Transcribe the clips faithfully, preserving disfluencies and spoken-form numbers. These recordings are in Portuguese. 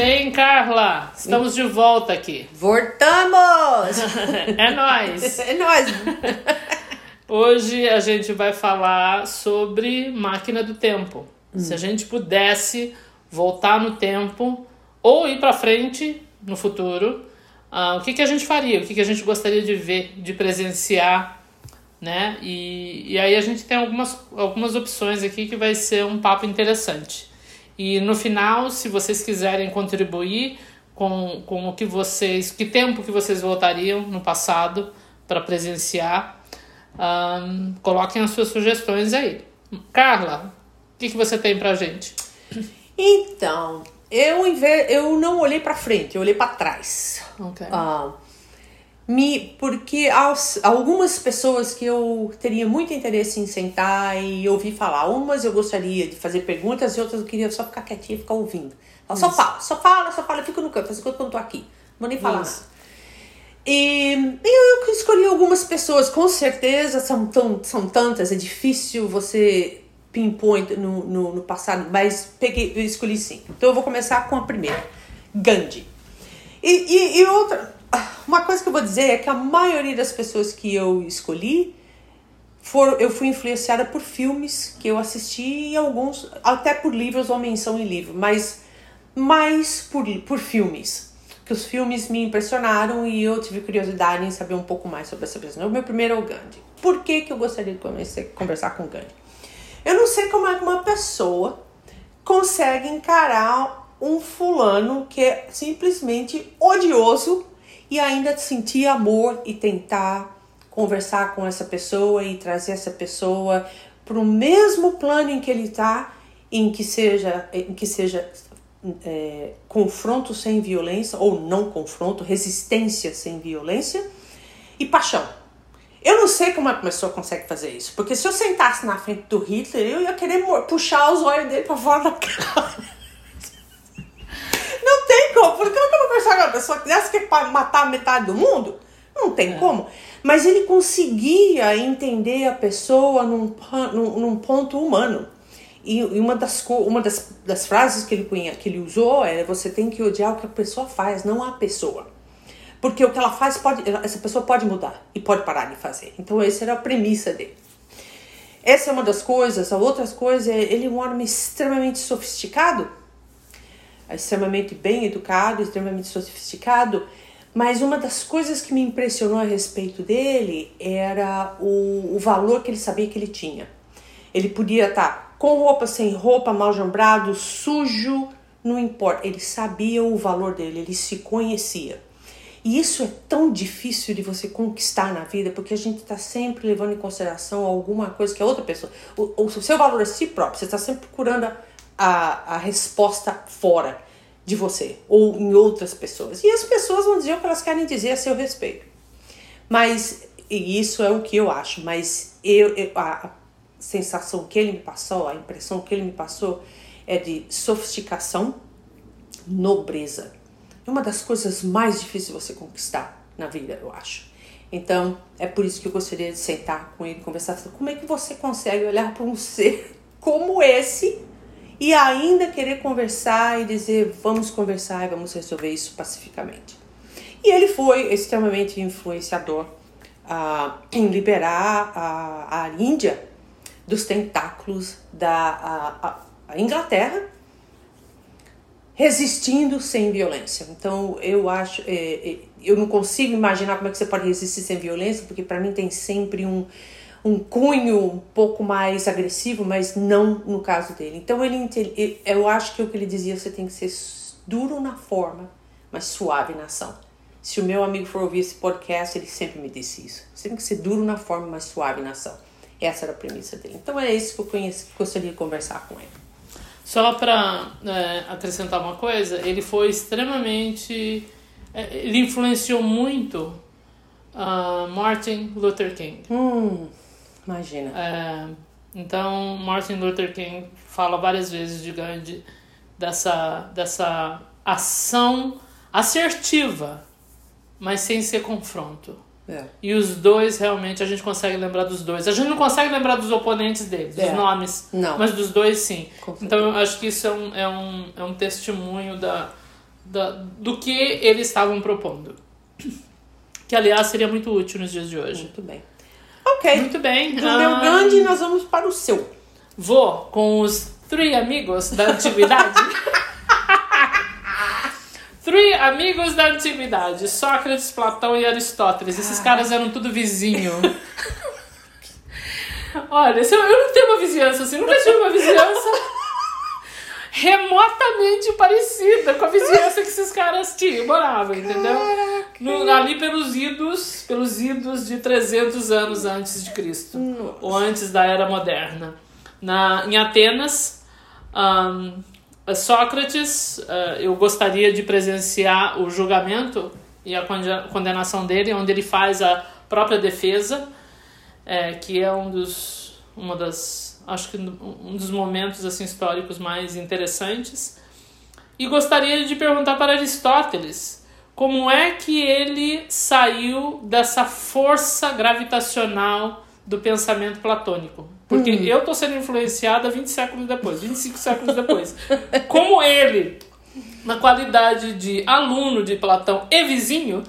bem, Carla? Estamos de volta aqui. Voltamos! É nóis! É nóis! Hoje a gente vai falar sobre máquina do tempo. Hum. Se a gente pudesse voltar no tempo ou ir para frente no futuro, uh, o que, que a gente faria? O que, que a gente gostaria de ver, de presenciar, né? E, e aí a gente tem algumas, algumas opções aqui que vai ser um papo interessante. E no final, se vocês quiserem contribuir com, com o que vocês, que tempo que vocês voltariam no passado para presenciar, um, coloquem as suas sugestões aí. Carla, o que, que você tem pra gente? Então, eu, eu não olhei para frente, eu olhei para trás. Okay. Uh, me, porque as, algumas pessoas que eu teria muito interesse em sentar e ouvir falar, umas eu gostaria de fazer perguntas e outras eu queria só ficar quietinha e ficar ouvindo. Ela só fala, só fala, só fala, eu fico no canto, faz enquanto eu não tô aqui, não vou nem falar Isso. nada. E eu, eu escolhi algumas pessoas, com certeza são, tão, são tantas, é difícil você pinpoint no, no, no passado, mas peguei, eu escolhi cinco. Então eu vou começar com a primeira, Gandhi. E, e, e outra, uma coisa que eu vou dizer é que a maioria das pessoas que eu escolhi, foram, eu fui influenciada por filmes que eu assisti e alguns, até por livros ou menção em livro, mas mais por, por filmes. Que os filmes me impressionaram e eu tive curiosidade em saber um pouco mais sobre essa pessoa. O meu primeiro é o Gandhi. Por que que eu gostaria de comecei, conversar com o Gandhi? Eu não sei como é que uma pessoa consegue encarar um fulano que é simplesmente odioso e ainda sentir amor e tentar conversar com essa pessoa e trazer essa pessoa para o mesmo plano em que ele está, em que seja, em que seja é, confronto sem violência, ou não confronto, resistência sem violência e paixão. Eu não sei como uma pessoa consegue fazer isso, porque se eu sentasse na frente do Hitler, eu ia querer puxar os olhos dele para fora da cara. Não tem como, porque como que eu vou conversar com uma pessoa que dessa que quer matar metade do mundo? Não tem é. como. Mas ele conseguia entender a pessoa num, num, num ponto humano. E uma, das, uma das, das frases que ele, que ele usou era: você tem que odiar o que a pessoa faz, não a pessoa. Porque o que ela faz, pode, essa pessoa pode mudar e pode parar de fazer. Então essa era a premissa dele. Essa é uma das coisas. A outra coisa é: ele é um homem extremamente sofisticado, extremamente bem educado, extremamente sofisticado. Mas uma das coisas que me impressionou a respeito dele era o, o valor que ele sabia que ele tinha. Ele podia estar com roupa, sem roupa, mal jambrado, sujo, não importa. Ele sabia o valor dele, ele se conhecia. E isso é tão difícil de você conquistar na vida, porque a gente está sempre levando em consideração alguma coisa que a outra pessoa... O, o seu valor é si próprio, você está sempre procurando a, a, a resposta fora de você, ou em outras pessoas. E as pessoas vão dizer o que elas querem dizer a seu respeito. Mas, e isso é o que eu acho, mas eu, eu, a, a sensação que ele me passou, a impressão que ele me passou é de sofisticação, nobreza. É uma das coisas mais difíceis de você conquistar na vida, eu acho. Então, é por isso que eu gostaria de sentar com ele e conversar. Como é que você consegue olhar para um ser como esse e ainda querer conversar e dizer: vamos conversar e vamos resolver isso pacificamente? E ele foi extremamente influenciador uh, em liberar a, a Índia dos tentáculos da a, a, a Inglaterra, resistindo sem violência. Então eu acho, é, é, eu não consigo imaginar como é que você pode resistir sem violência, porque para mim tem sempre um um cunho um pouco mais agressivo, mas não no caso dele. Então ele, eu acho que o que ele dizia: você tem que ser duro na forma, mas suave na ação. Se o meu amigo for ouvir esse podcast, ele sempre me disse isso. Você tem que ser duro na forma, mas suave na ação. Essa era a premissa dele. Então é isso que eu conheci, gostaria de conversar com ele. Só para é, acrescentar uma coisa, ele foi extremamente... É, ele influenciou muito uh, Martin Luther King. Hum... Imagina. É, então, Martin Luther King fala várias vezes de Gandhi, dessa, dessa ação assertiva, mas sem ser confronto. É. E os dois, realmente, a gente consegue lembrar dos dois. A gente não consegue lembrar dos oponentes deles, dos é. nomes, não. mas dos dois sim. Então, eu acho que isso é um, é um, é um testemunho da, da, do que eles estavam propondo. Que, aliás, seria muito útil nos dias de hoje. Muito bem. Ok. Muito bem. Do meu Ah, grande, nós vamos para o seu. Vou com os Three Amigos da Antiguidade. Three Amigos da Antiguidade. Sócrates, Platão e Aristóteles. Esses caras eram tudo vizinho. Olha, eu não tenho uma vizinhança assim. Nunca tive uma vizinhança remotamente parecida com a vizinhança que esses caras tinham, moravam, entendeu? No, ali pelos idos, pelos idos de trezentos anos antes de Cristo. Nossa. Ou antes da Era Moderna. Na, em Atenas, um, Sócrates, uh, eu gostaria de presenciar o julgamento e a condenação dele, onde ele faz a própria defesa, é, que é um dos, uma das, acho que um dos momentos assim, históricos mais interessantes. E gostaria de perguntar para Aristóteles como é que ele saiu dessa força gravitacional do pensamento platônico. Porque hum. eu tô sendo influenciada vinte séculos depois, vinte e cinco séculos depois. Como ele, na qualidade de aluno de Platão e vizinho,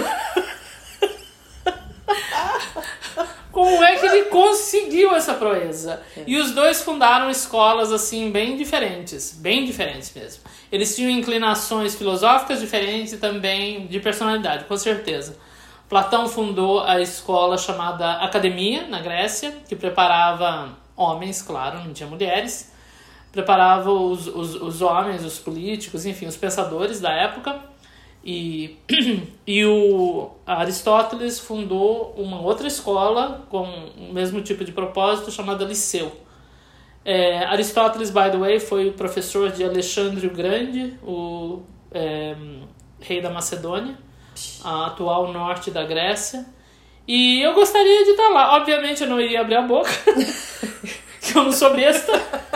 como é que ele conseguiu essa proeza? E os dois fundaram escolas assim bem diferentes, bem diferentes mesmo. Eles tinham inclinações filosóficas diferentes e também de personalidade, com certeza. Platão fundou a escola chamada Academia, na Grécia, que preparava homens, claro, não tinha mulheres, preparava os, os, os homens, os políticos, enfim, os pensadores da época. E, e o Aristóteles fundou uma outra escola com o mesmo tipo de propósito, chamada Liceu. É, Aristóteles, by the way, foi professor de Alexandre o Grande, o é, rei da Macedônia, a atual norte da Grécia. E eu gostaria de estar lá. Obviamente eu não iria abrir a boca, que eu não sou besta.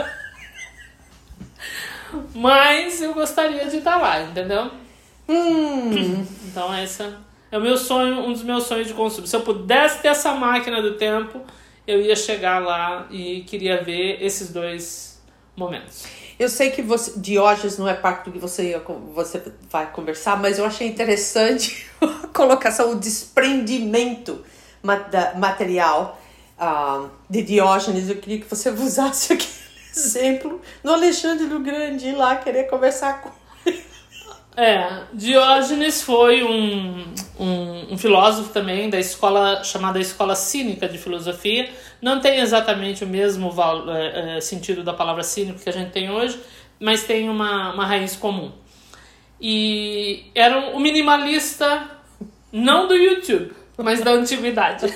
Mas eu gostaria de estar lá, entendeu? Hum. Então esse é o meu sonho, um dos meus sonhos de consumo. Se eu pudesse ter essa máquina do tempo, eu ia chegar lá e queria ver esses dois momentos. Eu sei que você, Diógenes não é parte do que você, você vai conversar, mas eu achei interessante a colocação, o desprendimento material uh, de Diógenes. Eu queria que você usasse aquele exemplo do Alexandre o Grande, ir lá querer conversar com ele. É, Diógenes foi um, um, um filósofo também da escola chamada Escola Cínica de Filosofia. Não tem exatamente o mesmo é, é, sentido da palavra cínico que a gente tem hoje, mas tem uma, uma raiz comum. E era um minimalista, não do YouTube, mas da antiguidade.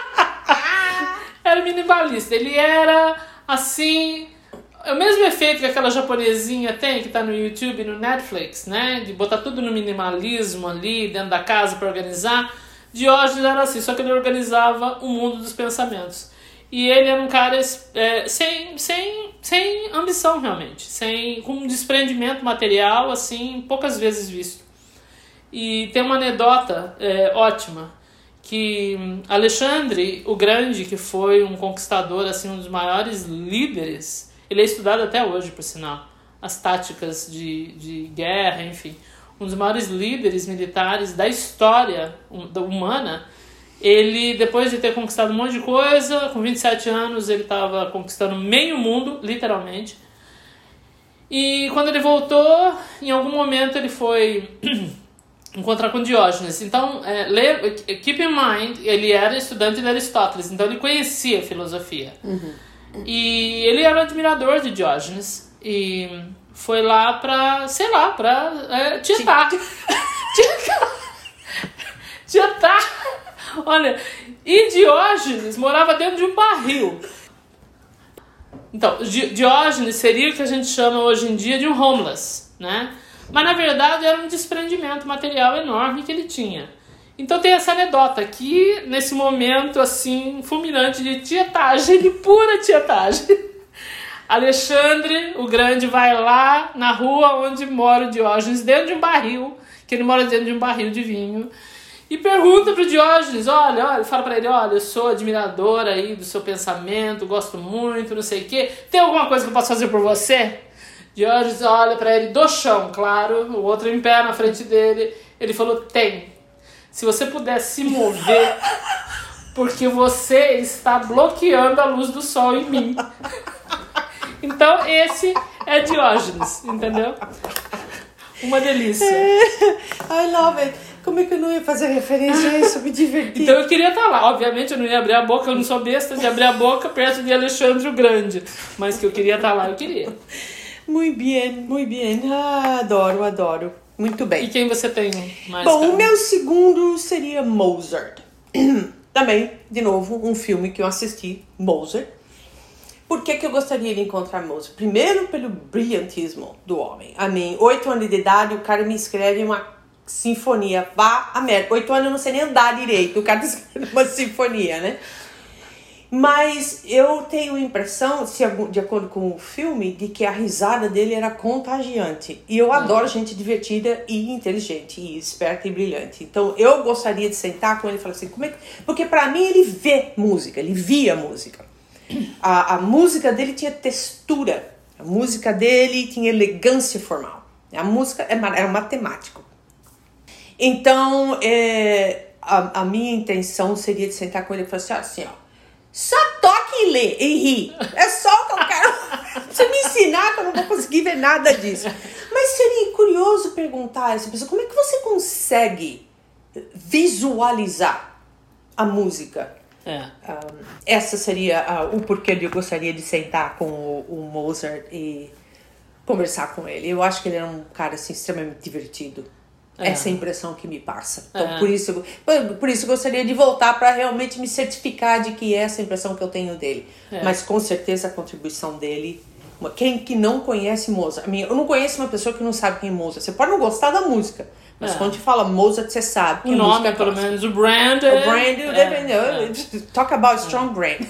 Era minimalista, ele era assim... É o mesmo efeito que aquela japonesinha tem, que tá no YouTube e no Netflix, né? De botar tudo no minimalismo ali, dentro da casa para organizar. Diógenes era assim, só que ele organizava o mundo dos pensamentos. E ele era um cara é, sem, sem, sem ambição, realmente. Sem, com um desprendimento material, assim, poucas vezes visto. E tem uma anedota é, ótima, que Alexandre o Grande, que foi um conquistador, assim, um dos maiores líderes... Ele é estudado até hoje, por sinal. As táticas de, de guerra, enfim. Um dos maiores líderes militares da história humana. Ele, depois de ter conquistado um monte de coisa, com vinte e sete anos, ele estava conquistando meio mundo, literalmente. E quando ele voltou, em algum momento ele foi encontrar com Diógenes. Então, é, keep in mind, ele era estudante de Aristóteles, então ele conhecia a filosofia. Uhum. E ele era um admirador de Diógenes e foi lá pra, sei lá, pra é, tietar. Tietar. Olha, e Diógenes morava dentro de um barril. Então, Diógenes seria o que a gente chama hoje em dia de um homeless, né? Mas na verdade era um desprendimento material enorme que ele tinha. Então tem essa anedota aqui, nesse momento assim, fulminante de tietagem, de pura tietagem. Alexandre o Grande vai lá na rua onde mora o Diógenes, dentro de um barril, que ele mora dentro de um barril de vinho, e pergunta pro Diógenes, olha, olha, fala pra ele, olha, eu sou admirador aí do seu pensamento, gosto muito, não sei o quê, tem alguma coisa que eu posso fazer por você? Diógenes olha pra ele do chão, claro, o outro em pé na frente dele. Ele falou, tem. Se você puder se mover, porque você está bloqueando a luz do sol em mim. Então esse é Diógenes, entendeu? Uma delícia. I love it. Como é que eu não ia fazer referência a isso? Me divertir. Então eu queria estar lá. Obviamente eu não ia abrir a boca, eu não sou besta de abrir a boca perto de Alexandre o Grande. Mas que eu queria estar lá, eu queria. Muito bem, muito bem. Ah, adoro, adoro. Muito bem. E quem você tem mais? Bom, cara? o meu segundo seria Mozart. Também, de novo, um filme que eu assisti, Mozart. Por que que eu gostaria de encontrar Mozart? Primeiro, pelo brilhantismo do homem. A mim, oito anos de idade, o cara me escreve uma sinfonia. Vá a merda. Oito anos eu não sei nem andar direito. O cara escreve uma sinfonia, né? Mas eu tenho a impressão, se de acordo com o filme, de que a risada dele era contagiante. E eu adoro gente divertida e inteligente, e esperta e brilhante. Então eu gostaria de sentar com ele e falar assim, como é que... Porque pra mim ele vê música, ele via música. A, a música dele tinha textura, a música dele tinha elegância formal. A música era matemático. Então é, a, a minha intenção seria de sentar com ele e falar assim, assim ó, só toque e lê e ri. É só o que eu quero. Você me ensinar que eu não vou conseguir ver nada disso. Mas seria curioso perguntar a essa pessoa, como é que você consegue visualizar a música? É. Um, essa seria uh, o porquê eu gostaria de sentar com o, o Mozart e conversar com ele. Eu acho que ele é um cara assim, extremamente divertido. É. Essa é a impressão que me passa. Então, é. por, isso, por, por isso eu gostaria de voltar para realmente me certificar de que é essa a impressão que eu tenho dele. É. Mas com certeza a contribuição dele... Quem que não conhece Mozart? Eu não conheço uma pessoa que não sabe quem é Mozart. Você pode não gostar da música, mas é. quando te fala Mozart, você sabe. Que o nome, é pelo menos, o brand. O brand, é, é. Talk about strong brand.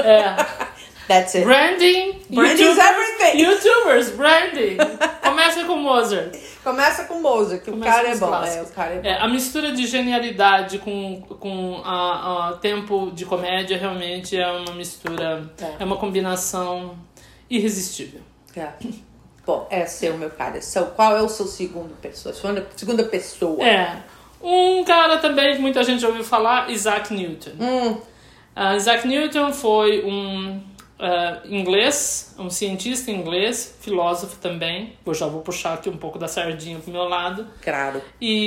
É. That's it. Branding. Branding is everything. YouTubers, branding. Começa com Mozart. Começa com Mozart, que Começa o cara é bom. É, o cara é bom. É, a mistura de genialidade com, com a, a tempo de comédia realmente é uma mistura, é, é uma combinação irresistível. É. Bom, esse é o meu cara. So, qual é o seu segundo pessoa? Sua segunda pessoa? É. Um cara também que muita gente já ouviu falar, Isaac Newton. Hum. Uh, Isaac Newton foi um uh, inglês, um cientista inglês, filósofo também. Eu já vou puxar aqui um pouco da sardinha pro meu lado. Claro.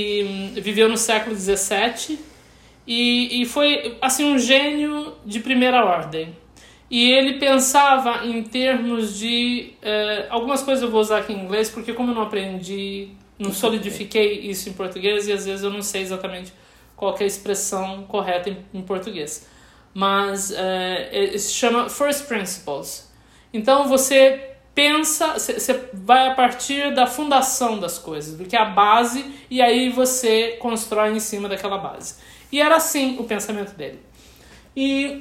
E um, viveu no século dezessete e, e foi assim um gênio de primeira ordem. E ele pensava em termos de... Uh, algumas coisas eu vou usar aqui em inglês, porque como eu não aprendi, não solidifiquei isso em português, e às vezes eu não sei exatamente qual que é a expressão correta em, em português. Mas uh, se chama First Principles. Então você pensa, você vai a partir da fundação das coisas, do que é a base, e aí você constrói em cima daquela base. E era assim o pensamento dele. E...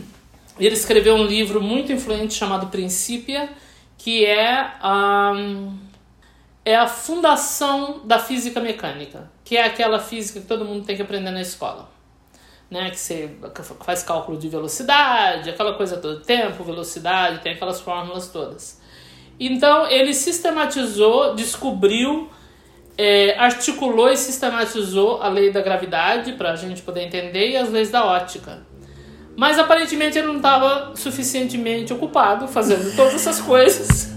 ele escreveu um livro muito influente chamado Principia, que é, um, é a fundação da física mecânica, que é aquela física que todo mundo tem que aprender na escola. Né? Que você faz cálculo de velocidade, aquela coisa toda, tempo, velocidade, tem aquelas fórmulas todas. Então ele sistematizou, descobriu, é, articulou e sistematizou a lei da gravidade, para a gente poder entender, e as leis da ótica. Mas aparentemente ele não estava suficientemente ocupado fazendo todas essas coisas.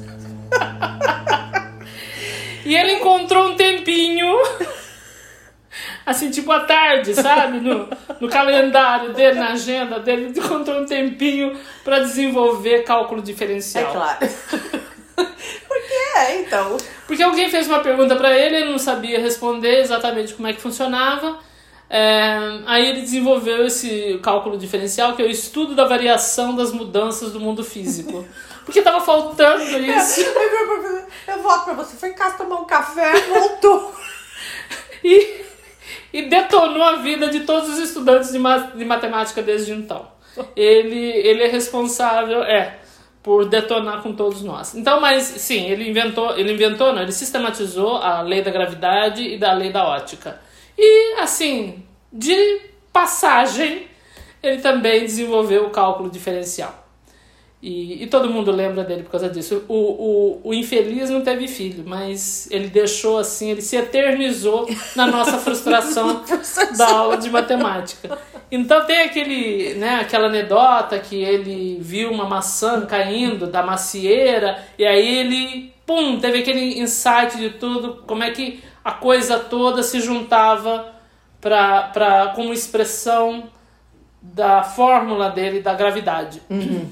E ele encontrou um tempinho, assim, tipo à tarde, sabe? No, no calendário dele, na agenda dele, ele encontrou um tempinho para desenvolver cálculo diferencial. É claro. Por que é, então? Porque alguém fez uma pergunta para ele, ele não sabia responder exatamente como é que funcionava. É, aí ele desenvolveu esse cálculo diferencial, que é o estudo da variação das mudanças do mundo físico. Porque tava faltando isso. Eu, eu volto pra você, foi em casa tomar um café, voltou. e, e detonou a vida de todos os estudantes de, ma- de matemática desde então. Ele, ele é responsável, é, por detonar com todos nós. Então, mas sim, ele inventou, ele inventou, não, ele sistematizou a lei da gravidade e da lei da ótica. E, assim, de passagem, ele também desenvolveu o cálculo diferencial. E, e todo mundo lembra dele por causa disso. O, o, o infeliz não teve filho, mas ele deixou assim, ele se eternizou na nossa frustração da aula de matemática. Então tem aquele, né, aquela anedota que ele viu uma maçã caindo da macieira e aí ele, pum, teve aquele insight de tudo, como é que a coisa toda se juntava pra, pra, como expressão da fórmula dele da gravidade. Uhum.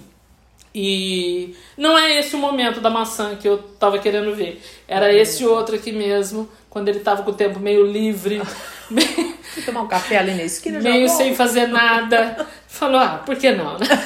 E não é esse o momento da maçã que eu tava querendo ver. Era esse outro aqui mesmo, quando ele tava com o tempo meio livre, meio, Vou tomar um café ali na esquina, meio já sem fazer nada. Falou, ah, por que não, né?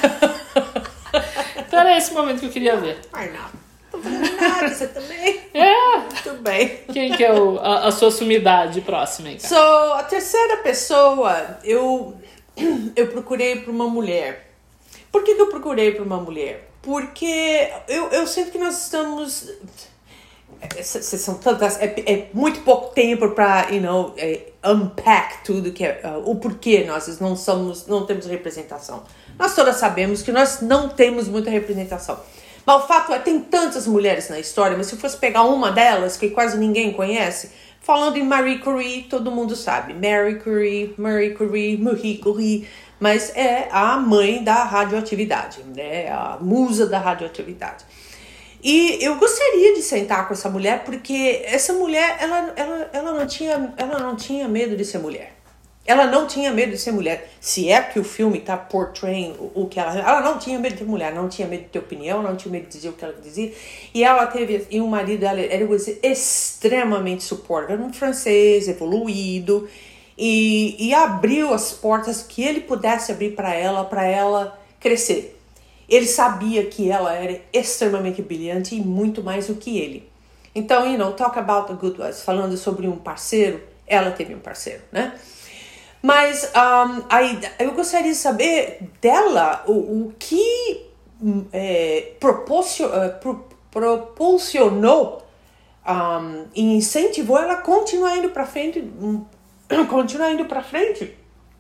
Então era esse momento que eu queria ver. Ai, não. Não tô fazendo nada, você também? É. Tudo bem. Quem que é o, a, a sua sumidade próxima aí, cara? So, a terceira pessoa, eu, eu procurei por uma mulher. Por que que eu procurei por uma mulher? Porque eu, eu sinto que nós estamos... é, são tantas, é, é muito pouco tempo para, you know, é, unpack tudo que é, uh, o porquê nós não somos, não temos representação. Nós todas sabemos que nós não temos muita representação. Mas o fato é, tem tantas mulheres na história, mas se eu fosse pegar uma delas, que quase ninguém conhece, falando em Marie Curie, todo mundo sabe. Marie Curie, Marie Curie, Marie Curie, mas é a mãe da radioatividade, né? A musa da radioatividade. E eu gostaria de sentar com essa mulher, porque essa mulher, ela, ela, ela, não tinha, ela não tinha medo de ser mulher. Ela não tinha medo de ser mulher. Se é que o filme está portraying o, o que ela... Ela não tinha medo de ser mulher, não tinha medo de ter opinião, não tinha medo de dizer o que ela dizia. E ela teve... E o marido dela era extremamente supportive. Era um francês evoluído. E, e abriu as portas que ele pudesse abrir para ela, para ela crescer. Ele sabia que ela era extremamente brilhante e muito mais do que ele. Então, you know, talk about the good ones. Falando sobre um parceiro, ela teve um parceiro, né? Mas um, aí, eu gostaria de saber dela o, o que é, proporcionou, pro, propulsionou um, e incentivou ela a continuar indo para frente, um, continuar indo para frente,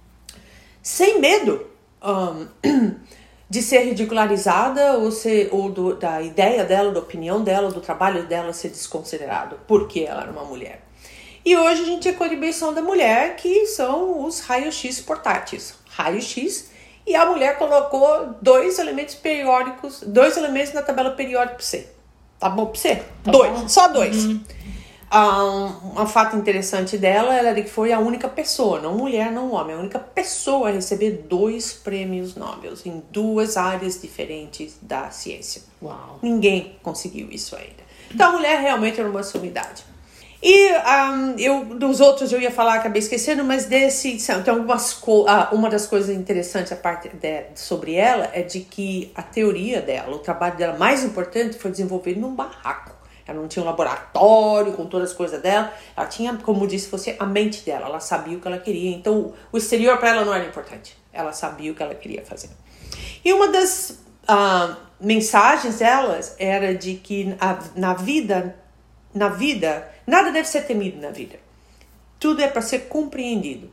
sem medo um, de ser ridicularizada ou, ser, ou do, da ideia dela, da opinião dela, do trabalho dela ser desconsiderado, porque ela era uma mulher. E hoje a gente tem a contribuição da mulher, que são os raios-x portáteis. Raio-x, e a mulher colocou dois elementos periódicos, dois elementos na tabela periódica para você. Tá bom para você? Tá dois, bom. Só dois. Uhum. Um, um fato interessante dela era que foi a única pessoa, não mulher, não homem, a única pessoa a receber dois prêmios Nobel em duas áreas diferentes da ciência. Uau. Ninguém conseguiu isso ainda. Então a mulher realmente era uma sumidade. E um, eu, dos outros eu ia falar, acabei esquecendo, mas desse, então, algumas, uh, uma das coisas interessantes a parte de, sobre ela é de que a teoria dela, o trabalho dela mais importante foi desenvolvido num barraco. Ela não tinha um laboratório com todas as coisas dela, ela tinha, como disse você, a mente dela, ela sabia o que ela queria, então o exterior para ela não era importante, ela sabia o que ela queria fazer. E uma das uh, mensagens delas era de que a, na vida, na vida, nada deve ser temido na vida. Tudo é para ser compreendido.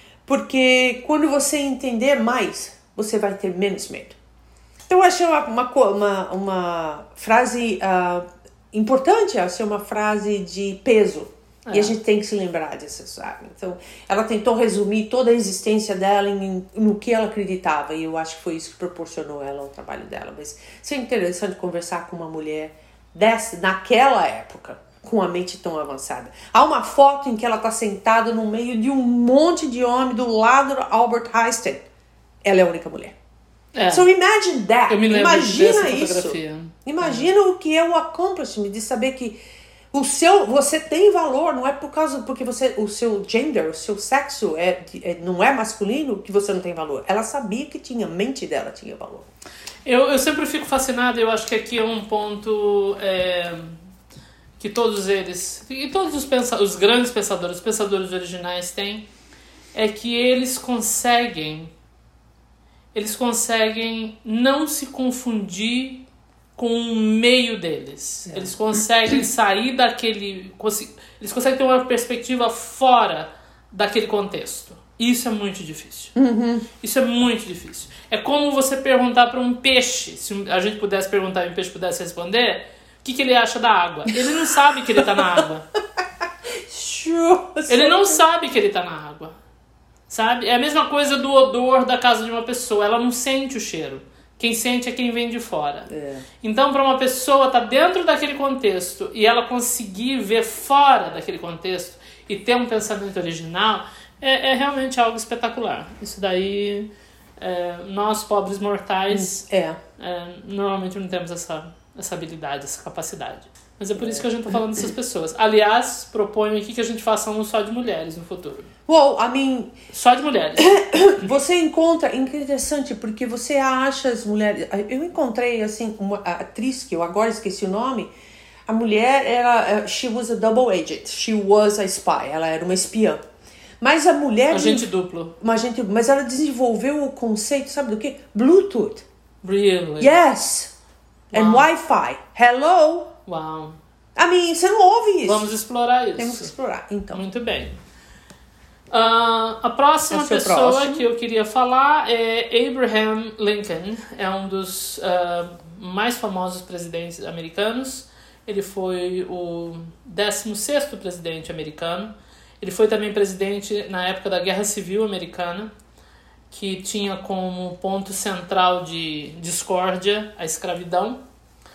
Porque quando você entender mais, você vai ter menos medo. Então eu achei uma, uma, uma, uma frase uh, importante, achei uma frase de peso. É. E a gente tem que se lembrar disso, sabe? Então ela tentou resumir toda a existência dela em, no que ela acreditava. E eu acho que foi isso que proporcionou ela ao trabalho dela. Mas seria interessante conversar com uma mulher dessa, naquela época, com a mente tão avançada. Há uma foto em que ela está sentada no meio de um monte de homem do lado do Albert Einstein. Ela é a única mulher. É. So imagine that. Eu me lembro Imagina dessa isso. fotografia. Imagina é. o que é o accomplishment de saber que o seu, você tem valor, não é por causa porque você, o seu gender, o seu sexo é, é, não é masculino que você não tem valor. Ela sabia que tinha, a mente dela tinha valor. Eu, eu sempre fico fascinado, eu acho que aqui é um ponto... É... que todos eles, e todos os, pensa, os grandes pensadores, os pensadores originais têm, é que eles conseguem, eles conseguem não se confundir com o meio deles. É. Eles conseguem sair daquele, eles conseguem ter uma perspectiva fora daquele contexto. Isso é muito difícil. Uhum. Isso é muito difícil. É como você perguntar para um peixe, se a gente pudesse perguntar e um peixe pudesse responder, o que, que ele acha da água. Ele não sabe que ele tá na água. Ele não sabe que ele tá na água. Sabe? É a mesma coisa do odor da casa de uma pessoa. Ela não sente o cheiro. Quem sente é quem vem de fora. É. Então, para uma pessoa estar tá dentro daquele contexto e ela conseguir ver fora daquele contexto e ter um pensamento original, é, é realmente algo espetacular. Isso daí, é, nós, pobres mortais, é. É, normalmente não temos essa, essa habilidade, essa capacidade. Mas é por isso que a gente tá falando dessas pessoas. Aliás, proponho aqui que a gente faça um só de mulheres no futuro. Well, I mean... Só de mulheres. Você encontra... Interessante, porque você acha as mulheres... Eu encontrei, assim, uma atriz, que eu agora esqueci o nome. A mulher era... She was a double agent. She was a spy. Ela era uma espiã. Mas a mulher... Agente duplo. Uma agente, mas ela desenvolveu o conceito, sabe do quê? Bluetooth. Really? Yes. Wow. And Wi-Fi. Hello. Uau. I mean, você não ouve isso. Vamos explorar isso. Temos que explorar, então. Muito bem. Uh, a próxima Esse é pessoa próximo. que eu queria falar é Abraham Lincoln. É um dos uh, mais famosos presidentes americanos. Ele foi o décimo sexto presidente americano. Ele foi também presidente na época da Guerra Civil Americana, que tinha como ponto central de discórdia a escravidão.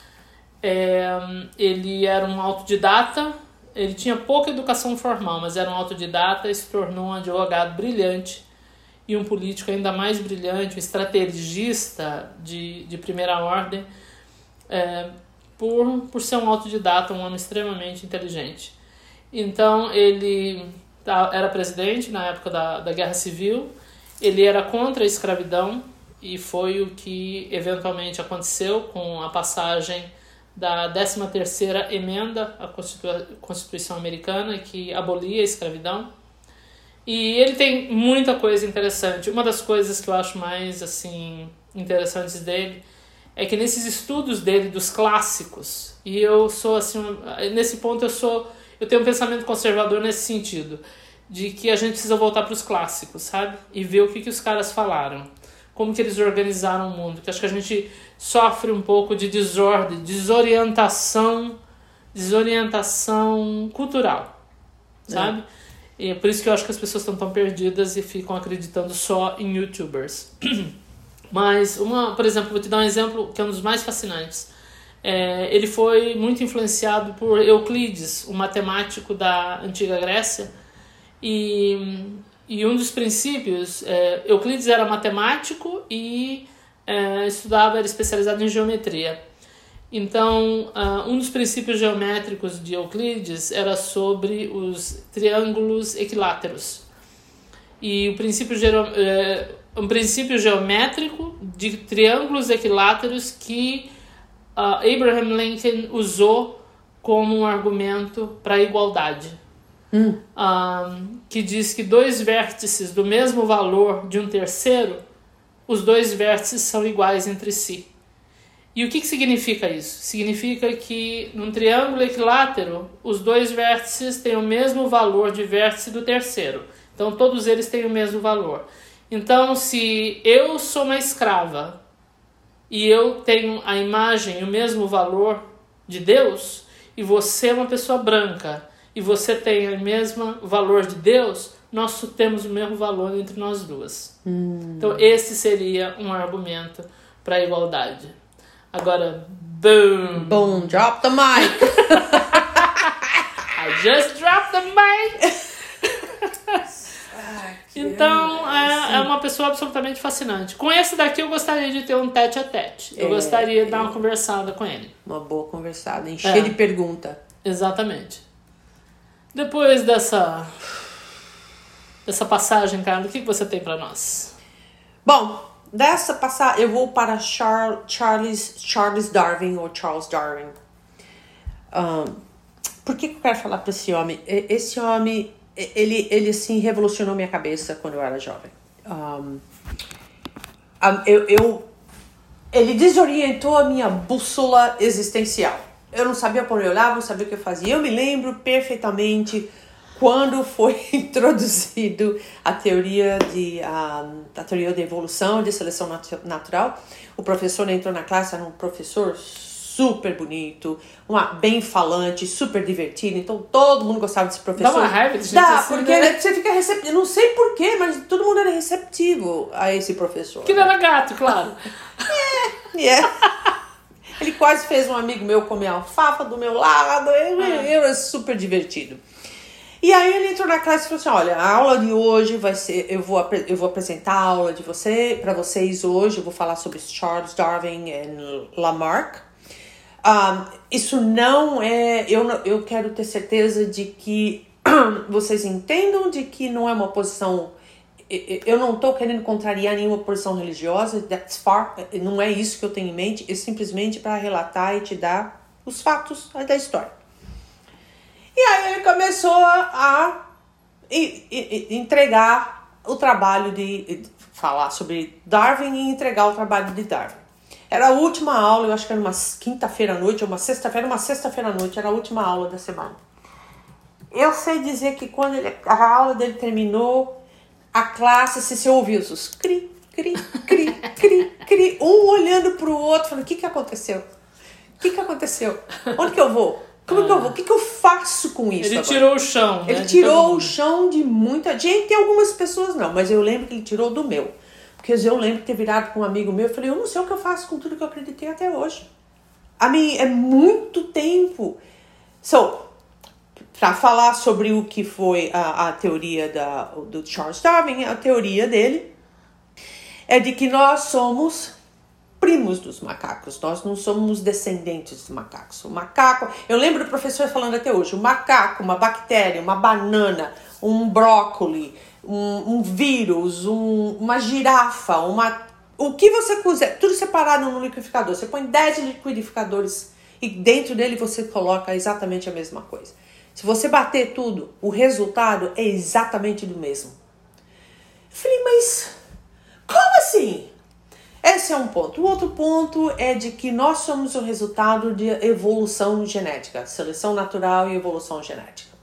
É, ele era um autodidata, ele tinha pouca educação formal, mas era um autodidata e se tornou um advogado brilhante e um político ainda mais brilhante, um estrategista de, de primeira ordem, é, por, por ser um autodidata, um homem extremamente inteligente. Então, ele era presidente na época da, da Guerra Civil, ele era contra a escravidão e foi o que eventualmente aconteceu com a passagem da décima terceira emenda à Constituição Americana, que abolia a escravidão. E ele tem muita coisa interessante. Uma das coisas que eu acho mais assim interessantes dele é que nesses estudos dele dos clássicos, e eu sou assim, nesse ponto eu sou eu tenho um pensamento conservador nesse sentido, de que a gente precisa voltar para os clássicos, sabe? E ver o que, que os caras falaram, como que eles organizaram o mundo, que acho que a gente sofre um pouco de desordem, desorientação, desorientação cultural, sabe? É. E é por isso que eu acho que as pessoas estão tão perdidas e ficam acreditando só em YouTubers. Mas, uma, por exemplo, vou te dar um exemplo que é um dos mais fascinantes. É, ele foi muito influenciado por Euclides, um matemático da antiga Grécia, e, e um dos princípios, é, Euclides era matemático e é, estudava, era especializado em geometria. Então, uh, um dos princípios geométricos de Euclides era sobre os triângulos equiláteros. E o princípio, é, um princípio geométrico de triângulos equiláteros que uh, Abraham Lincoln usou como um argumento para a igualdade. Hum. Um, que diz que dois vértices do mesmo valor de um terceiro, os dois vértices são iguais entre si. E o que, que significa isso? Significa que num triângulo equilátero, os dois vértices têm o mesmo valor de vértice do terceiro. Então, todos eles têm o mesmo valor. Então, se eu sou uma escrava e eu tenho a imagem e o mesmo valor de Deus, e você é uma pessoa branca e você tem o mesmo valor de Deus, nós temos o mesmo valor entre nós duas. Hum. Então, esse seria um argumento para a igualdade. Agora, boom! Boom, drop the mic! I just dropped the mic! Ah, então, é, é uma pessoa absolutamente fascinante. Com esse daqui, eu gostaria de ter um tete-a-tete. Eu é, gostaria de dar uma é. conversada com ele. Uma boa conversada, encher é. de pergunta. Exatamente. Depois dessa, dessa passagem, Carlos, o que você tem para nós? Bom... Dessa passagem, eu vou para Char- Charles, Charles Darwin, ou Charles Darwin. Um, por que, que eu quero falar para esse homem? Esse homem, ele, ele assim, revolucionou minha cabeça quando eu era jovem. Um, eu, eu, ele desorientou a minha bússola existencial. Eu não sabia por onde eu olhava, não sabia o que eu fazia. Eu me lembro perfeitamente quando foi introduzido a teoria de um, a teoria de evolução, de seleção nat- natural, o professor entrou na classe, era um professor super bonito, uma, bem falante, super divertido, então todo mundo gostava desse professor. Dá uma raiva de gente Dá, assim, porque né? você fica receptivo, não sei porquê, mas todo mundo era receptivo a esse professor. Que ele era gato, claro. É, yeah. Ele quase fez um amigo meu comer alfafa do meu lado, eu, Ah. eu era super divertido. E aí ele entrou na classe e falou assim, olha, a aula de hoje vai ser, eu vou, eu vou apresentar a aula de você, para vocês hoje, eu vou falar sobre Charles Darwin e Lamarck. Um, isso não é, eu, eu quero ter certeza de que vocês entendam de que não é uma posição, eu não estou querendo contrariar nenhuma posição religiosa, that's far, não é isso que eu tenho em mente, é simplesmente para relatar e te dar os fatos da história. E aí ele começou a, a e, e, entregar o trabalho de, de falar sobre Darwin e entregar o trabalho de Darwin. Era a última aula, eu acho que era uma quinta-feira à noite, ou uma sexta-feira, uma sexta-feira à noite, era a última aula da semana. Eu sei dizer que quando ele, a aula dele terminou, a classe, se você ouvia os cri, cri, cri, cri, cri, um olhando pro outro, falando, o que que aconteceu? O que que aconteceu? Onde que eu vou? Como ah. que eu vou? O que que eu faço com isso Ele agora? tirou o chão, né? Ele tirou o chão de muita gente, e algumas pessoas não, mas eu lembro que ele tirou do meu. Porque eu lembro de ter virado com um amigo meu e falei, eu não sei o que eu faço com tudo que eu acreditei até hoje. A mim, é muito tempo. So, para falar sobre o que foi a, a teoria da, do Charles Darwin, a teoria dele é de que nós somos primos dos macacos, nós não somos descendentes dos macacos. O macaco, eu lembro do professor falando até hoje, o macaco, uma bactéria, uma banana, um brócoli, um, um vírus, um, uma girafa, uma, o que você quiser, tudo separado no liquidificador. Você põe dez liquidificadores e dentro dele você coloca exatamente a mesma coisa. Se você bater tudo, o resultado é exatamente do mesmo. Eu falei, mas como assim? Esse é um ponto. O outro ponto é de que nós somos o resultado de evolução genética, seleção natural e evolução genética.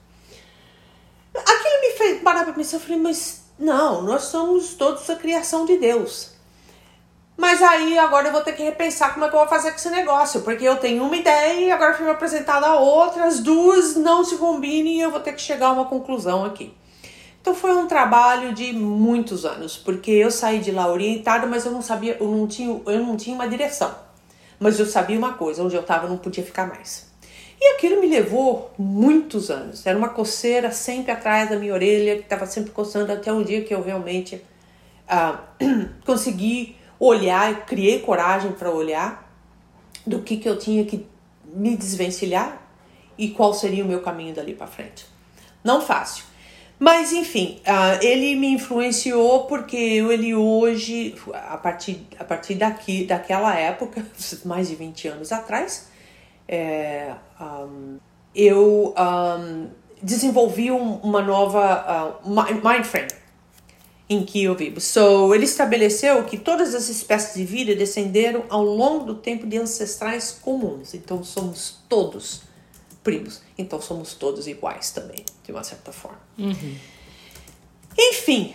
Aquilo me fez parar para pensar, eu falei, mas não, nós somos todos a criação de Deus. Mas aí agora eu vou ter que repensar como é que eu vou fazer com esse negócio, porque eu tenho uma ideia e agora fui me apresentada a outra, as duas não se combinem e eu vou ter que chegar a uma conclusão aqui. Então foi um trabalho de muitos anos, porque eu saí de lá orientada, mas eu não sabia, eu não tinha, eu não tinha uma direção. Mas eu sabia uma coisa, onde eu estava eu não podia ficar mais. E aquilo me levou muitos anos. Era uma coceira sempre atrás da minha orelha, que estava sempre coçando até um dia que eu realmente uh, consegui olhar, eu criei coragem para olhar do que, que eu tinha que me desvencilhar e qual seria o meu caminho dali para frente. Não fácil. Mas, enfim, uh, ele me influenciou porque ele hoje, a partir, a partir daqui, daquela época, mais de vinte anos atrás, é, um, eu um, desenvolvi um, uma nova uh, mind frame em que eu vivo. So, ele estabeleceu que todas as espécies de vida descenderam ao longo do tempo de ancestrais comuns. Então, somos todos primos. Então, somos todos iguais também, de uma certa forma. Uhum. Enfim,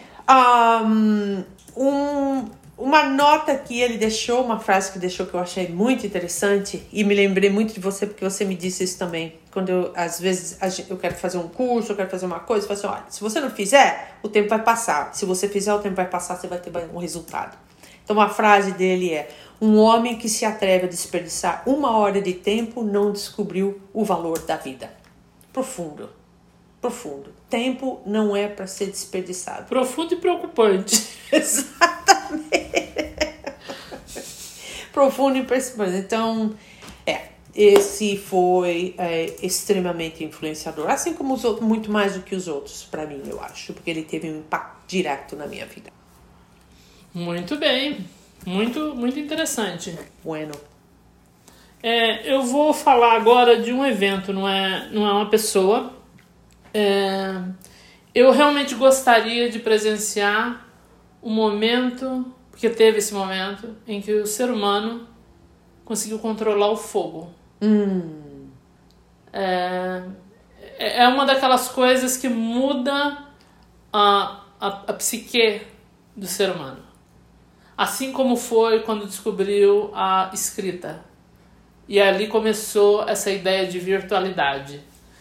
um, uma nota que ele deixou, uma frase que deixou que eu achei muito interessante e me lembrei muito de você, porque você me disse isso também. Quando eu, às vezes, eu quero fazer um curso, eu quero fazer uma coisa, eu falo assim, olha, se você não fizer, o tempo vai passar. Se você fizer, o tempo vai passar, você vai ter um resultado. Então, a frase dele é, um homem que se atreve a desperdiçar uma hora de tempo não descobriu o valor da vida. Profundo. Profundo. Tempo não é para ser desperdiçado. Profundo e preocupante. Exatamente. Profundo e preocupante. Então, é, esse foi é, extremamente influenciador. Assim como os outros, muito mais do que os outros, para mim, eu acho. Porque ele teve um impacto direto na minha vida. Muito bem. Muito, muito interessante. Bueno. É, eu vou falar agora de um evento, não é, não é uma pessoa. É, eu realmente gostaria de presenciar um momento, porque teve esse momento, em que o ser humano conseguiu controlar o fogo. Hum. É, é, é, é uma daquelas coisas que muda a, a, a psique do ser humano. Assim como foi quando descobriu a escrita. E ali começou essa ideia de virtualidade.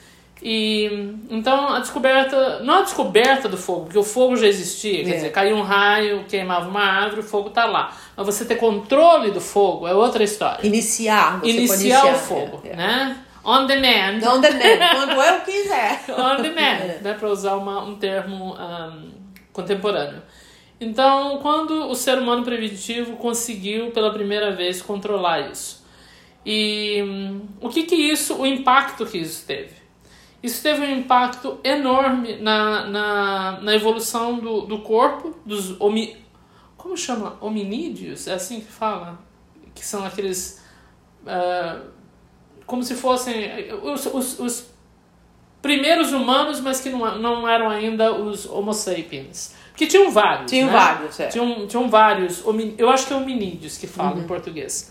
E então a descoberta, não a descoberta do fogo, porque o fogo já existia, quer é. dizer, caiu um raio, queimava uma árvore, o fogo tá lá. Mas você ter controle do fogo é outra história. Iniciar, você iniciar, iniciar o fogo, é, é. né? On demand. On demand, quando eu quiser. On demand, é. né? Para usar uma, um termo um, contemporâneo. Então, quando o ser humano primitivo conseguiu pela primeira vez controlar isso. E um, o que que isso, o impacto que isso teve? Isso teve um impacto enorme na, na, na evolução do, do corpo, dos homi, como chama? Hominídeos? É assim que fala? Que são aqueles... Uh, como se fossem os, os, os primeiros humanos, mas que não, não eram ainda os Homo sapiens. Porque tinham vários, Tinham né? vários, é. Tinham, tinham vários, homin, eu acho que é hominídeos que falam uhum. em português.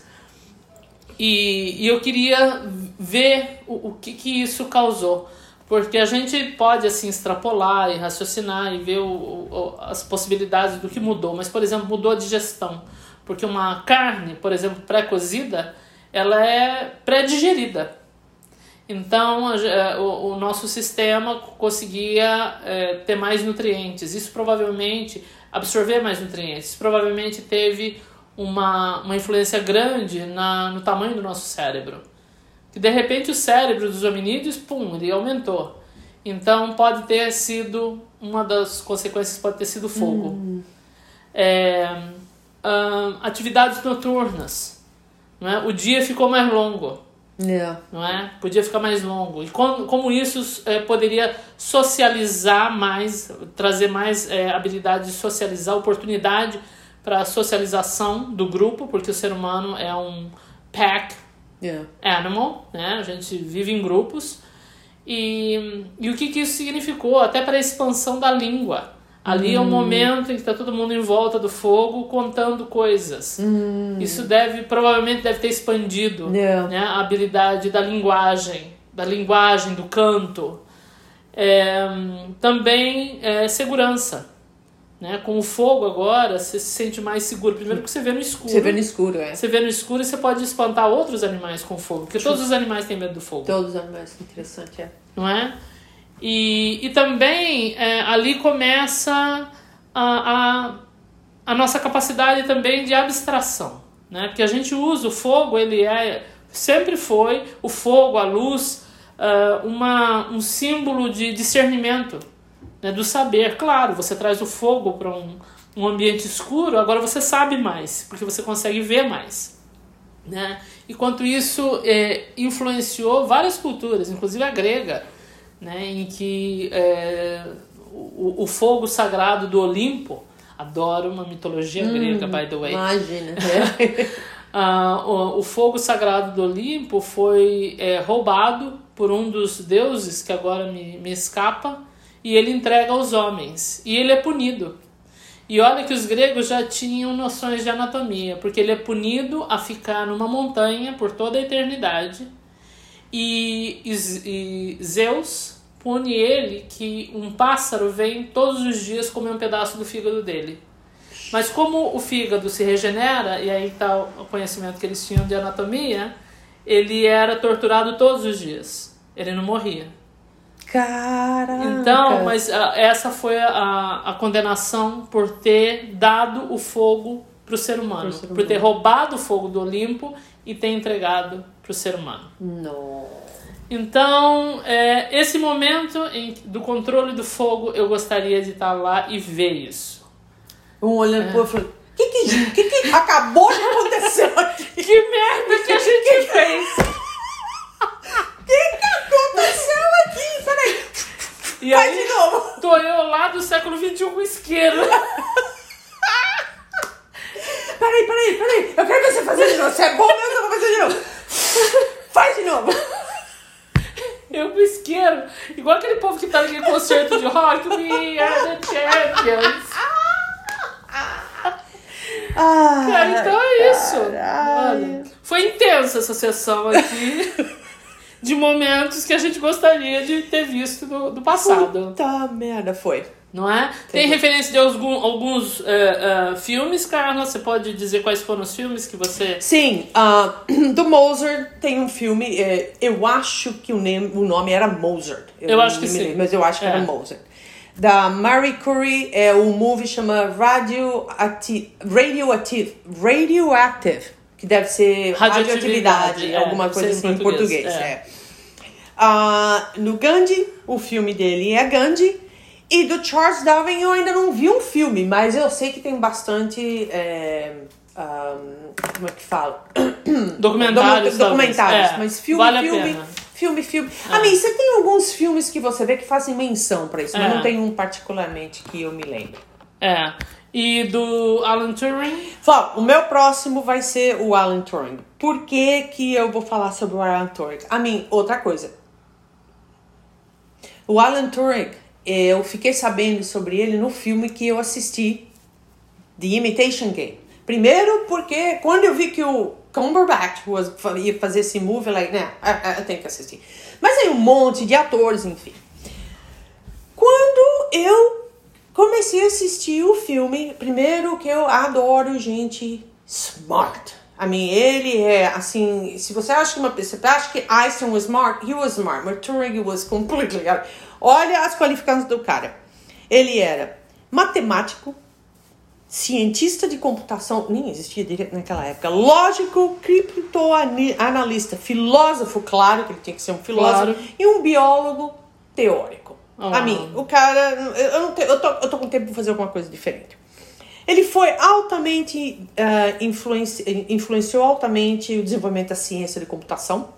E, e eu queria ver o, o que, que isso causou. Porque a gente pode assim extrapolar e raciocinar e ver o, o, as possibilidades do que mudou. Mas, por exemplo, mudou a digestão. Porque uma carne, por exemplo, pré-cozida, ela é pré-digerida. Então, a, o, o nosso sistema conseguia é, ter mais nutrientes. Isso provavelmente, absorver mais nutrientes. Isso provavelmente teve uma, uma influência grande na, no tamanho do nosso cérebro. Que de repente o cérebro dos hominídeos, pum, ele aumentou. Então pode ter sido, uma das consequências pode ter sido fogo. Hum. É, uh, atividades noturnas. Não é? O dia ficou mais longo. Yeah. Não é? Podia ficar mais longo. E como, como isso é, poderia socializar mais, trazer mais é, habilidade de socializar, oportunidade para a socialização do grupo, porque o ser humano é um pack Yeah. animal, né? A gente vive em grupos. E, e o que, que isso significou? Até para a expansão da língua. Ali mm. é um momento em que está todo mundo em volta do fogo contando coisas. Mm. Isso deve, provavelmente deve ter expandido yeah. né? A habilidade da linguagem, da linguagem, do canto. É, também é, segurança. Né? Com o fogo agora, você se sente mais seguro. Primeiro porque você vê no escuro. Você vê no escuro, é. Você vê no escuro e você pode espantar outros animais com fogo. Porque todos os animais têm medo do fogo. Todos os animais, interessante, é. Não é? E, e também, é, ali começa a, a, a nossa capacidade também de abstração. Né? Porque a gente usa o fogo, ele é... Sempre foi o fogo, a luz, uh, uma, um símbolo de discernimento. Né, do saber. Claro, você traz o fogo para um, um ambiente escuro, agora você sabe mais, porque você consegue ver mais. Né? Enquanto isso é, influenciou várias culturas, inclusive a grega, né, em que é, o, o fogo sagrado do Olimpo, adoro uma mitologia hum, grega, by the way. Imagina. uh, o, o fogo sagrado do Olimpo foi é, roubado por um dos deuses, que agora me, me escapa, e ele entrega aos homens. E ele é punido. E olha que os gregos já tinham noções de anatomia, porque ele é punido a ficar numa montanha por toda a eternidade. E, e, e Zeus pune ele que um pássaro vem todos os dias comer um pedaço do fígado dele. Mas como o fígado se regenera, e aí está o conhecimento que eles tinham de anatomia, ele era torturado todos os dias. Ele não morria. Caraca. Então, mas a, essa foi a, a condenação por ter dado o fogo para o ser humano. Ser humano. Por ter roubado o fogo do Olimpo e ter entregado para o ser humano. Não. Então, é, esse momento em, do controle do fogo, eu gostaria de estar lá e ver isso. Um olhando é. pro outro, o que que, que que acabou de acontecer aqui? Que merda que a gente fez? O que que aconteceu aqui? Peraí. E Faz aí, de novo. Tô eu lá do século vinte e um com isqueiro. Peraí, peraí, peraí. Eu quero ver você fazer de novo. Você é bom mesmo, eu vou fazer de novo. Faz de novo. Eu com isqueiro. Igual aquele povo que tá naquele concerto de rock. We are the champions. Ah, cara, então é isso. Olha, foi intensa essa sessão aqui. de momentos que a gente gostaria de ter visto do, do passado. Puta merda, foi. Não é? Tem, Tem referência de alguns, alguns uh, uh, filmes, Carla? Você pode dizer quais foram os filmes que você... Sim, uh, do Mozart tem um filme, é, eu acho que o nome, o nome era Mozart. Eu, eu acho que sim. Lembro, mas eu acho que é. era Mozart. Da Marie Curie, é, o movie chama Radioactive, Radioactive, Radioactive, que deve ser radioatividade, radioatividade é, alguma coisa assim em português. português é. É. Uh, no Gandhi, o filme dele é Gandhi. E do Charles Darwin eu ainda não vi um filme, mas eu sei que tem bastante... É, um, como é que fala? Documentários, Documentários, é, mas filme, vale filme, a pena. filme, filme. É. A mim, você tem alguns filmes que você vê que fazem menção pra isso, é. mas não tem um particularmente que eu me lembro. É. E do Alan Turing? Fala, o meu próximo vai ser o Alan Turing. Por que que eu vou falar sobre o Alan Turing? A mim, outra coisa. O Alan Turing... Eu fiquei sabendo sobre ele no filme que eu assisti, The Imitation Game. Primeiro porque quando eu vi que o Cumberbatch was, ia fazer esse movie, like, né, eu tenho que assistir. Mas aí um monte de atores, enfim. Quando eu comecei a assistir o filme, primeiro que eu adoro gente smart. I mean, ele é assim, se você acha que uma pessoa, você acha que Einstein was smart, he was smart, but Turing was completely... Olha as qualificações do cara. Ele era matemático, cientista de computação, nem existia direito naquela época, lógico, criptoanalista, filósofo, claro que ele tinha que ser um filósofo, claro. E um biólogo teórico. Oh. A mim, o cara, eu, não tenho, eu, tô, eu tô com tempo para fazer alguma coisa diferente. Ele foi altamente, uh, influenci, influenciou altamente o desenvolvimento da ciência de computação,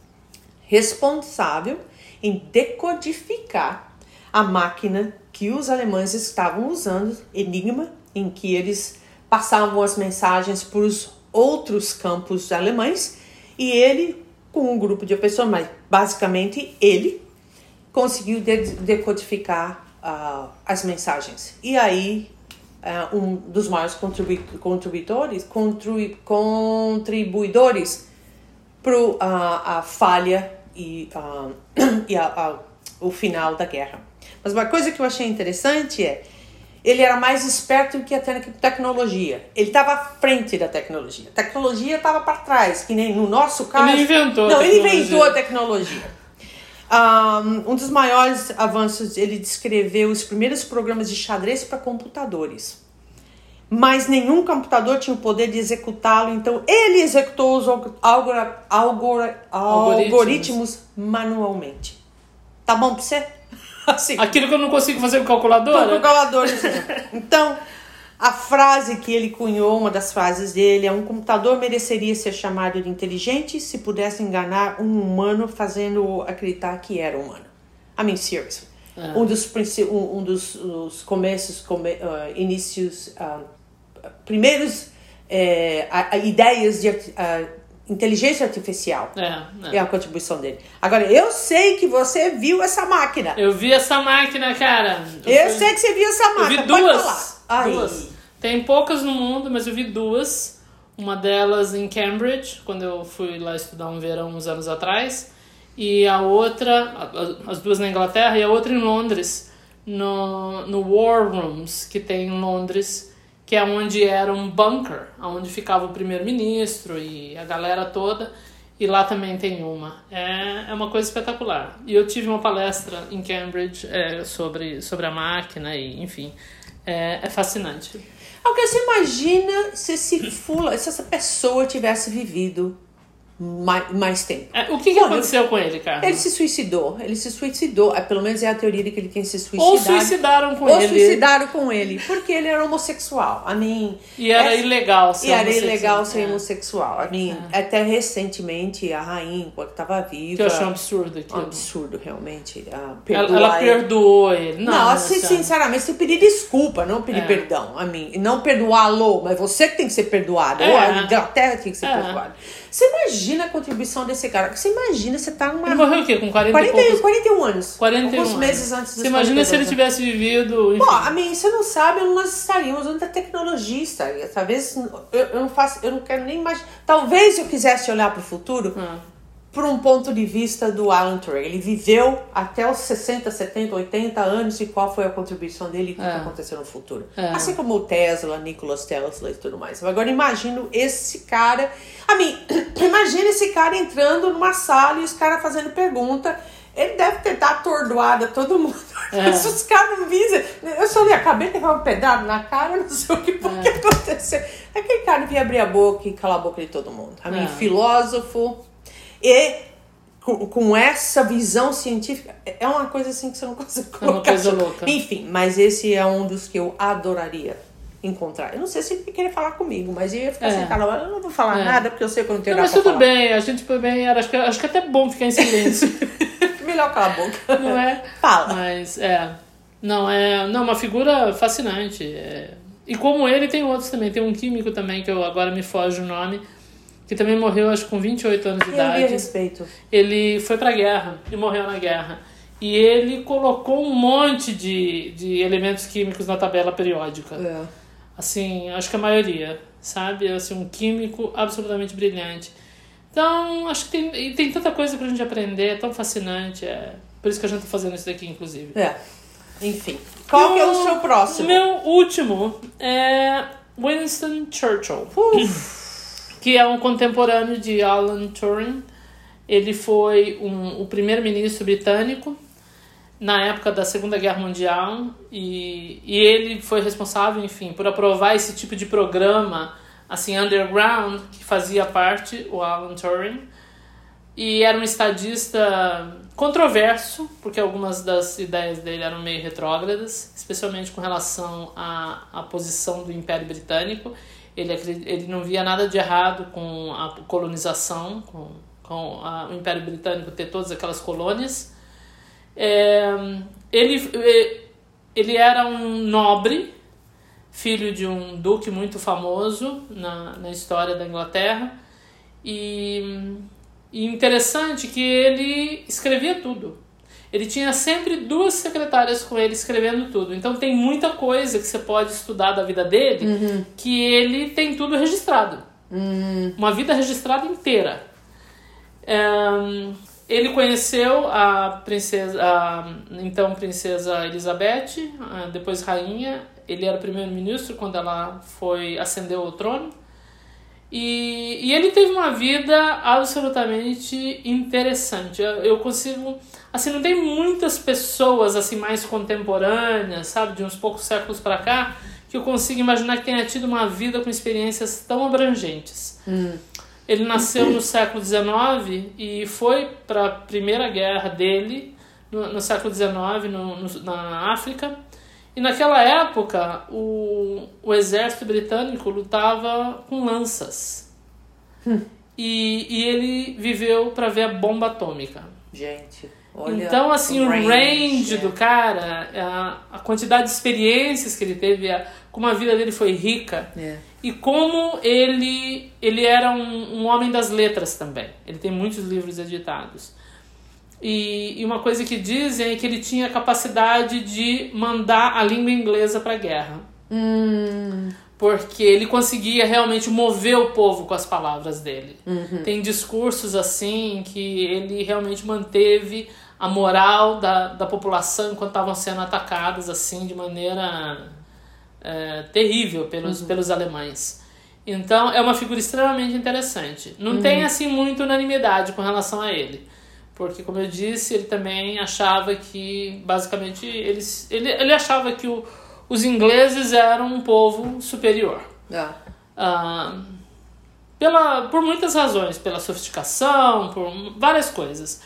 responsável em decodificar a máquina que os alemães estavam usando, Enigma, em que eles passavam as mensagens para os outros campos alemães, e ele, com um grupo de pessoas, mas basicamente ele, conseguiu de- decodificar uh, as mensagens. E aí, uh, um dos maiores contribu- contribuidores, contribu- contribuidores para uh, a falha e, uh, e a, a, o final da guerra. Mas uma coisa que eu achei interessante é ele era mais esperto do que a te- tecnologia. Ele estava à frente da tecnologia. A tecnologia estava para trás, que nem no nosso caso... Ele inventou Não, a ele tecnologia. inventou a tecnologia. Um, um dos maiores avanços, ele descreveu os primeiros programas de xadrez para computadores. Mas nenhum computador tinha o poder de executá-lo, então ele executou os algor- algor- algor- Algoritmos. algoritmos manualmente. Tá bom pra você? Assim. Aquilo que eu não consigo fazer com calculadora? Com calculador. Então, a frase que ele cunhou, uma das frases dele, é: um computador mereceria ser chamado de inteligente se pudesse enganar um humano fazendo-o acreditar que era humano. I mean, seriously. É. Um dos, um, um dos os começos, come, uh, inícios, uh, primeiros uh, a, a ideias de uh, inteligência artificial. É, é. É a contribuição dele. Agora, eu sei que você viu essa máquina. Eu vi essa máquina, cara. Eu, eu fui... sei que você viu essa máquina. Eu vi duas. Pode falar. duas. Tem poucas no mundo, mas eu vi duas. Uma delas em Cambridge, quando eu fui lá estudar um verão uns anos atrás. E a outra, as duas na Inglaterra, e a outra em Londres, no, no War Rooms, que tem em Londres, que é onde era um bunker, onde ficava o primeiro-ministro e a galera toda, e lá também tem uma. É, é uma coisa espetacular. E eu tive uma palestra em Cambridge é, sobre, sobre a máquina, e enfim, é, é fascinante. Agora, você imagina se, esse fula, se essa pessoa tivesse vivido mais, mais tempo. É, o que, que Bom, aconteceu com ele, cara? Ele se suicidou. Ele se suicidou. Pelo menos é a teoria de que ele tem se suicidado. Ou suicidaram com Ou ele. Ou suicidaram com ele. Porque ele era homossexual. I mean, e era essa, ilegal ser E era homossexual. ilegal ser é. homossexual. I mean, é. Até recentemente, a rainha, enquanto estava viva... Que eu achei um absurdo aquilo. Um absurdo, realmente. Uh, ela, ela perdoou ele. Não, não não assim, sinceramente, você pedir desculpa, não pedir é. perdão. I mean, não perdoá-lo, mas você que tem que ser perdoado. É. Ou a Inglaterra tem que ser é. perdoada. Você imagina a contribuição desse cara. Você imagina, você tá numa... Ele morreu o quê? Com quarenta, quarenta, e poucos... quarenta e um anos. quarenta e um Alguns anos. meses antes dos Você imagina se ele tivesse vivido... Enfim. Pô, a mim, você não sabe, nós estaríamos onde a tecnologia estaria. Talvez, eu, eu não faço, eu não quero nem imaginar. Talvez eu quisesse olhar para o futuro, hum. por um ponto de vista do Alan Turing. Ele viveu até os sessenta, setenta, oitenta anos e qual foi a contribuição dele e o que, é. que aconteceu no futuro. É. Assim como o Tesla, Nikola Tesla e tudo mais. Agora imagino esse cara... A mim, imagina esse cara entrando numa sala e os caras fazendo pergunta. Ele deve ter dado atordoada todo mundo. É. Se os caras não visam... Eu só li, acabei de levar um pedaço na cara, não sei o que, por que é. aconteceu. Aquele cara devia abrir a boca e calar a boca de todo mundo. A mim, é. filósofo... E com, com essa visão científica, é uma coisa assim que você não consegue colocar. É uma coisa louca. Enfim, mas esse é um dos que eu adoraria encontrar. Eu não sei se ele queria falar comigo, mas eu ia ficar é. sentada lá, eu não vou falar é. nada, porque eu sei que eu não tenho não, nada pra falar. Mas tudo bem, a gente também era, acho que, acho que é até bom ficar em silêncio. Melhor calar a boca. Não é? Fala. Mas, é, não, é não, uma figura fascinante. É. E como ele, tem outros também. Tem um químico também, que eu agora me foge o nome, que também morreu, acho, com vinte e oito anos de eu idade. Eu respeito. Ele foi pra guerra e morreu na guerra. E ele colocou um monte de, de elementos químicos na tabela periódica. É. Assim, acho que a maioria, sabe? Assim, um químico absolutamente brilhante. Então, acho que tem, e tem tanta coisa pra gente aprender, é tão fascinante. É por isso que a gente tá fazendo isso daqui, inclusive. É. Enfim. Qual e que é o seu próximo? O meu último é Winston Churchill. Uf. Que é um contemporâneo de Alan Turing. Ele foi um, o primeiro-ministro britânico na época da Segunda Guerra Mundial e, e ele foi responsável, enfim, por aprovar esse tipo de programa, assim, underground, que fazia parte, o Alan Turing. E era um estadista controverso, porque algumas das ideias dele eram meio retrógradas, especialmente com relação à, à posição do Império Britânico. Ele, ele não via nada de errado com a colonização, com, com a, o Império Britânico ter todas aquelas colônias. É, ele, ele era um nobre, filho de um duque muito famoso na, na história da Inglaterra. E, e interessante que ele escrevia tudo. Ele tinha sempre duas secretárias com ele escrevendo tudo. Então tem muita coisa que você pode estudar da vida dele, uhum. que ele tem tudo registrado. Uhum. Uma vida registrada inteira. Um, ele conheceu a princesa, a, então princesa Elizabeth, depois rainha. Ele era primeiro-ministro quando ela foi ascendeu ao trono. E, e ele teve uma vida absolutamente interessante. Eu, eu consigo... Assim, não tem muitas pessoas assim mais contemporâneas, sabe, de uns poucos séculos para cá, que eu consigo imaginar que tenha tido uma vida com experiências tão abrangentes. Hum. Ele nasceu no século dezenove e foi para a primeira guerra dele no, no século dezenove no, no, na África. E naquela época, o, o exército britânico lutava com lanças. Hum. E, e ele viveu para ver a bomba atômica. Gente, olha. Então, assim, o range, range é. do cara, a, a quantidade de experiências que ele teve, a, como a vida dele foi rica. É. E como ele, ele era um, um homem das letras também. Ele tem muitos livros editados. E, e uma coisa que dizem é que ele tinha a capacidade de mandar a língua inglesa para a guerra. Hum. Porque ele conseguia realmente mover o povo com as palavras dele. Uhum. Tem discursos assim que ele realmente manteve a moral da, da população enquanto estavam sendo atacadas assim, de maneira é, terrível pelos, uhum. pelos alemães. Então é uma figura extremamente interessante. Não uhum. tem assim muita unanimidade com relação a ele. Porque, como eu disse, ele também achava que, basicamente, eles, ele, ele achava que o, os ingleses eram um povo superior. Ah. Ah, pela, por muitas razões, pela sofisticação, por várias coisas.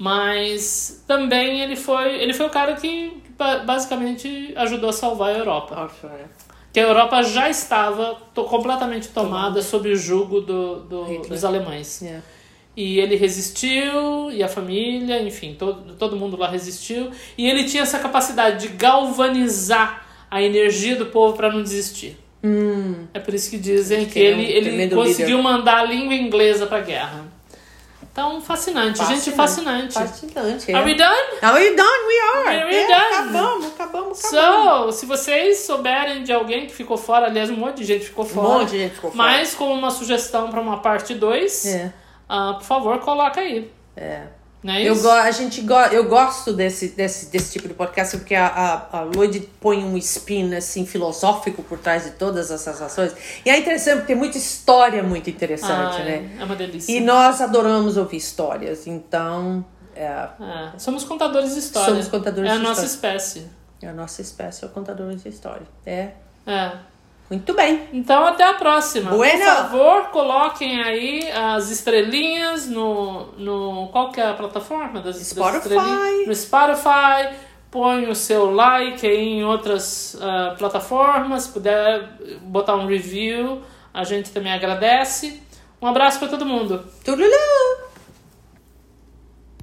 Mas também ele foi, ele foi o cara que, basicamente, ajudou a salvar a Europa. Oh, que a Europa já estava to, completamente tomada sob o jugo do, do, dos alemães. Yeah. E ele resistiu, e a família, enfim, todo, todo mundo lá resistiu. E ele tinha essa capacidade de galvanizar a energia do povo para não desistir. Hum. É por isso que dizem que, que ele, é um ele conseguiu líder. mandar a língua inglesa para a guerra. Então, fascinante. fascinante. Gente, fascinante. Fascinante, é. Are we done? Are we done? We are. Are we é, done? Acabamos, acabamos, acabamos. So, se vocês souberem de alguém que ficou fora, aliás, um monte de gente ficou fora. Um monte de gente ficou fora. Mas como uma sugestão para uma parte dois... É. uh, por favor, coloca aí. É. Não é Eu, isso? go, a gente go, eu gosto desse, desse, desse tipo de podcast porque a, a, a Lloyd põe um spin assim, filosófico por trás de todas essas ações. E é interessante porque tem muita história muito interessante, Ai, né? É uma delícia. E nós adoramos ouvir histórias, então... É, É, somos contadores de história. Somos contadores é de a nossa história. espécie. A nossa espécie é o contador de história. É. É. Muito bem. Então, até a próxima. Bueno. Por favor, coloquem aí as estrelinhas no... no qual que é a plataforma das, das Spotify. estrelinhas? No Spotify. Põe o seu like aí em outras uh, plataformas. Se puder botar um review, a gente também agradece. Um abraço para todo mundo. Turulú!